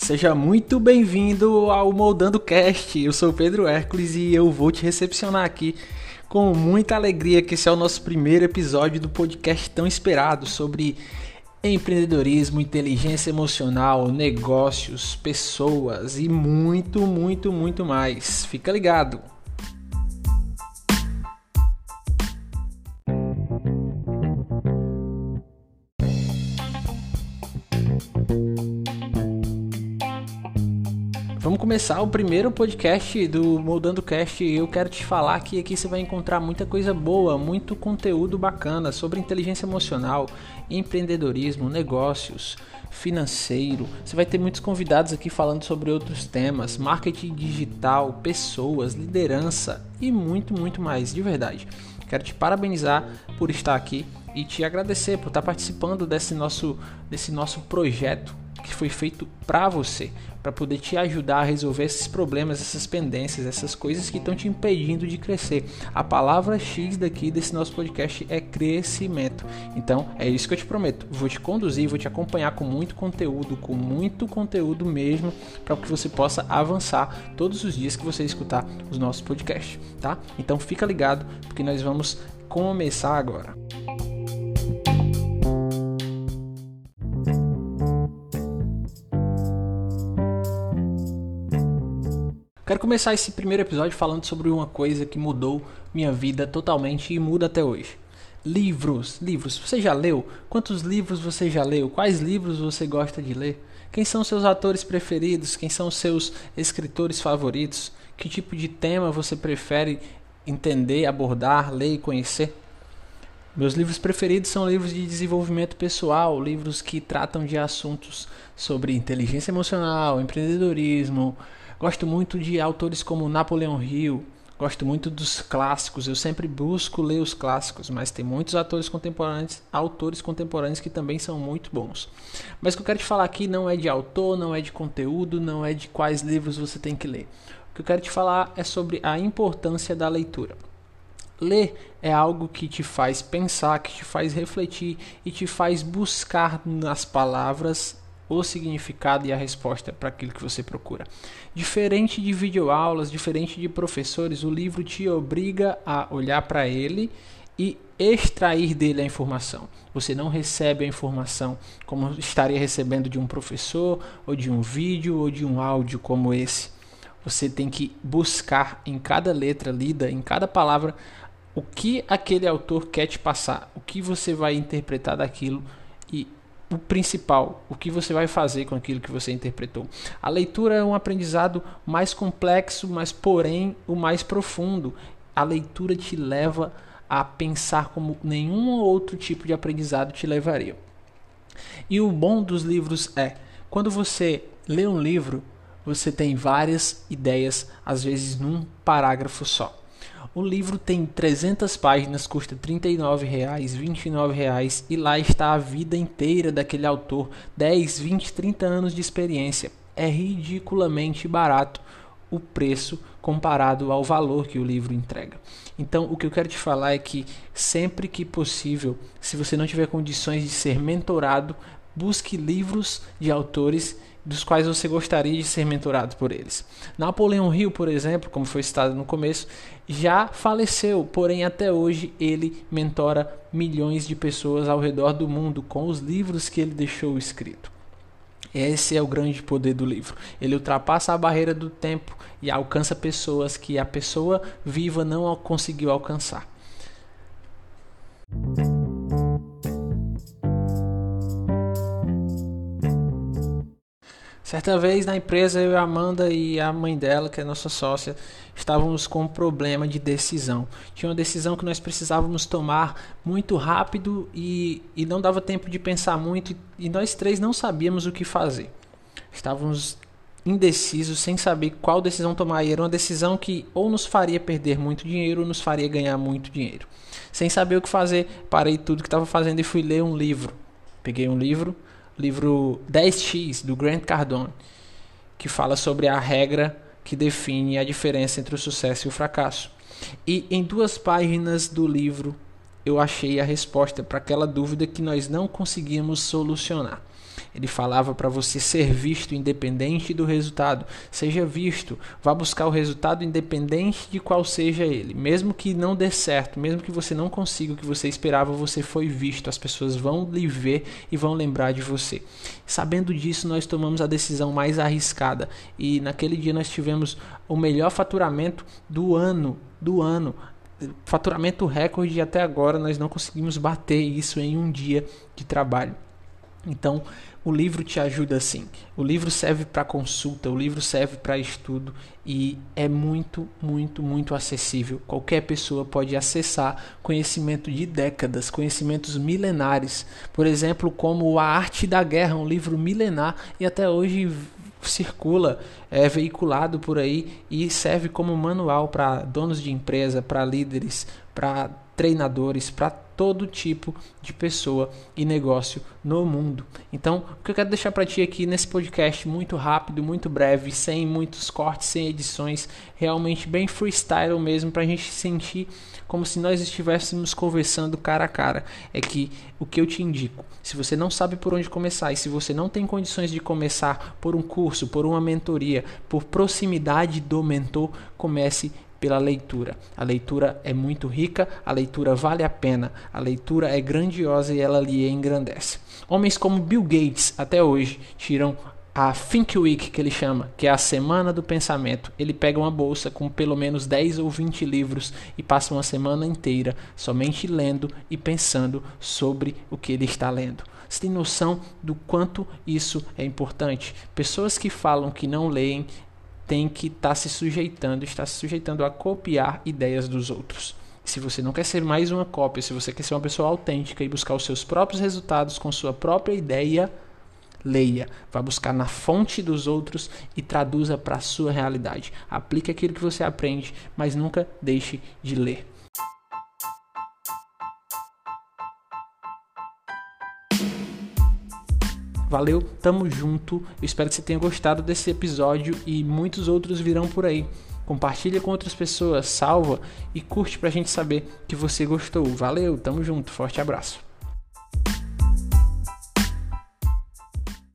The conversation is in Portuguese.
seja muito bem-vindo ao Moldando Cast. Eu sou o Pedro Hércules e eu vou te recepcionar aqui com muita alegria que esse é o nosso primeiro episódio do podcast tão esperado sobre empreendedorismo, inteligência emocional, negócios, pessoas e muito mais. Fica ligado! Vamos começar o primeiro podcast do Moldando Cast e eu quero te falar que aqui você vai encontrar muita coisa boa, muito conteúdo bacana sobre inteligência emocional, empreendedorismo, negócios, financeiro. Você vai ter muitos convidados aqui falando sobre outros temas, marketing digital, pessoas, liderança e muito mais, de verdade. Quero te parabenizar por estar aqui e te agradecer por estar participando desse nosso projeto que foi feito para você, para poder te ajudar a resolver esses problemas, essas pendências, essas coisas que estão te impedindo de crescer. A palavra X desse nosso podcast é crescimento. Então é isso que eu te prometo. Vou te conduzir, vou te acompanhar com muito conteúdo mesmo, para que você possa avançar todos os dias que você escutar os nossos podcasts, tá? Então fica ligado, porque nós vamos começar agora. Quero começar esse primeiro episódio falando sobre uma coisa que mudou minha vida totalmente e muda até hoje. Livros. Você já leu? Quantos livros você já leu? Quais livros você gosta de ler? Quem são seus autores preferidos? Quem são seus escritores favoritos? Que tipo de tema você prefere entender, abordar, ler e conhecer? Meus livros preferidos são livros de desenvolvimento pessoal, livros que tratam de assuntos sobre inteligência emocional, empreendedorismo. Gosto muito de autores como Napoleão Hill, gosto muito dos clássicos, eu sempre busco ler os clássicos, mas tem muitos autores contemporâneos que também são muito bons. Mas o que eu quero te falar aqui não é de autor, não é de conteúdo, não é de quais livros você tem que ler. O que eu quero te falar é sobre a importância da leitura. Ler é algo que te faz pensar, que te faz refletir e te faz buscar nas palavras o significado e a resposta para aquilo que você procura. Diferente de videoaulas, diferente de professores, o livro te obriga a olhar para ele e extrair dele a informação. Você não recebe a informação como estaria recebendo de um professor, ou de um vídeo, ou de um áudio como esse. Você tem que buscar em cada letra lida, em cada palavra, o que aquele autor quer te passar, o que você vai interpretar daquilo e o principal, o que você vai fazer com aquilo que você interpretou. A leitura é um aprendizado mais complexo, mas porém o mais profundo. A leitura te leva a pensar como nenhum outro tipo de aprendizado te levaria. E o bom dos livros é, quando você lê um livro, você tem várias ideias, às vezes num parágrafo só. O livro tem 300 páginas, custa R$ 39,00, R$ 29,00 e lá está a vida inteira daquele autor, 10, 20, 30 anos de experiência. É ridiculamente barato o preço comparado ao valor que o livro entrega. Então, o que eu quero te falar é que sempre que possível, se você não tiver condições de ser mentorado, busque livros de autores dos quais você gostaria de ser mentorado por eles. Napoleão Hill, por exemplo, como foi citado no começo, já faleceu, porém até hoje ele mentora milhões de pessoas ao redor do mundo com os livros que ele deixou escrito. Esse é o grande poder do livro. Ele ultrapassa a barreira do tempo e alcança pessoas que a pessoa viva não conseguiu alcançar. Certa vez na empresa, eu e a Amanda e a mãe dela, que é nossa sócia, estávamos com um problema de decisão. Tinha uma decisão que nós precisávamos tomar muito rápido e não dava tempo de pensar muito e nós três não sabíamos o que fazer. Estávamos indecisos, sem saber qual decisão tomar. E era uma decisão que ou nos faria perder muito dinheiro ou nos faria ganhar muito dinheiro. Sem saber o que fazer, parei tudo que estava fazendo e fui ler um livro. Peguei um livro 10X, do Grant Cardone, que fala sobre a regra que define a diferença entre o sucesso e o fracasso. E em 2 páginas do livro, eu achei a resposta para aquela dúvida que nós não conseguíamos solucionar. Ele falava para você ser visto independente do resultado. Seja visto, vá buscar o resultado independente de qual seja ele. Mesmo que não dê certo, mesmo que você não consiga o que você esperava, você foi visto. As pessoas vão lhe ver e vão lembrar de você. Sabendo disso, nós tomamos a decisão mais arriscada. E naquele dia nós tivemos o melhor faturamento do ano. Faturamento recorde, e até agora nós não conseguimos bater isso em um dia de trabalho. Então, o livro te ajuda assim. O livro serve para consulta, o livro serve para estudo e é muito, muito, muito acessível. Qualquer pessoa pode acessar conhecimento de décadas, conhecimentos milenares. Por exemplo, como A Arte da Guerra, um livro milenar e até hoje circula, é veiculado por aí e serve como manual para donos de empresa, para líderes, para treinadores, para todo tipo de pessoa e negócio no mundo. Então, o que eu quero deixar para ti aqui nesse podcast, muito rápido, muito breve, sem muitos cortes, sem edições, realmente bem freestyle mesmo, para a gente sentir como se nós estivéssemos conversando cara a cara, é que o que eu te indico, se você não sabe por onde começar e se você não tem condições de começar por um curso, por uma mentoria, por proximidade do mentor, comece pela leitura. A leitura é muito rica, a leitura vale a pena, a leitura é grandiosa e ela lhe engrandece. Homens como Bill Gates até hoje tiram a Think Week, que ele chama, que é a semana do pensamento. Ele pega uma bolsa com pelo menos 10 ou 20 livros e passa uma semana inteira somente lendo e pensando sobre o que ele está lendo. Você tem noção do quanto isso é importante? Pessoas que falam que não leem tem que está se sujeitando a copiar ideias dos outros. Se você não quer ser mais uma cópia, se você quer ser uma pessoa autêntica e buscar os seus próprios resultados com sua própria ideia, leia. Vá buscar na fonte dos outros e traduza para a sua realidade. Aplique aquilo que você aprende, mas nunca deixe de ler. Valeu, tamo junto. Eu espero que você tenha gostado desse episódio e muitos outros virão por aí. Compartilha com outras pessoas, salva e curte pra gente saber que você gostou. Valeu, tamo junto, forte abraço.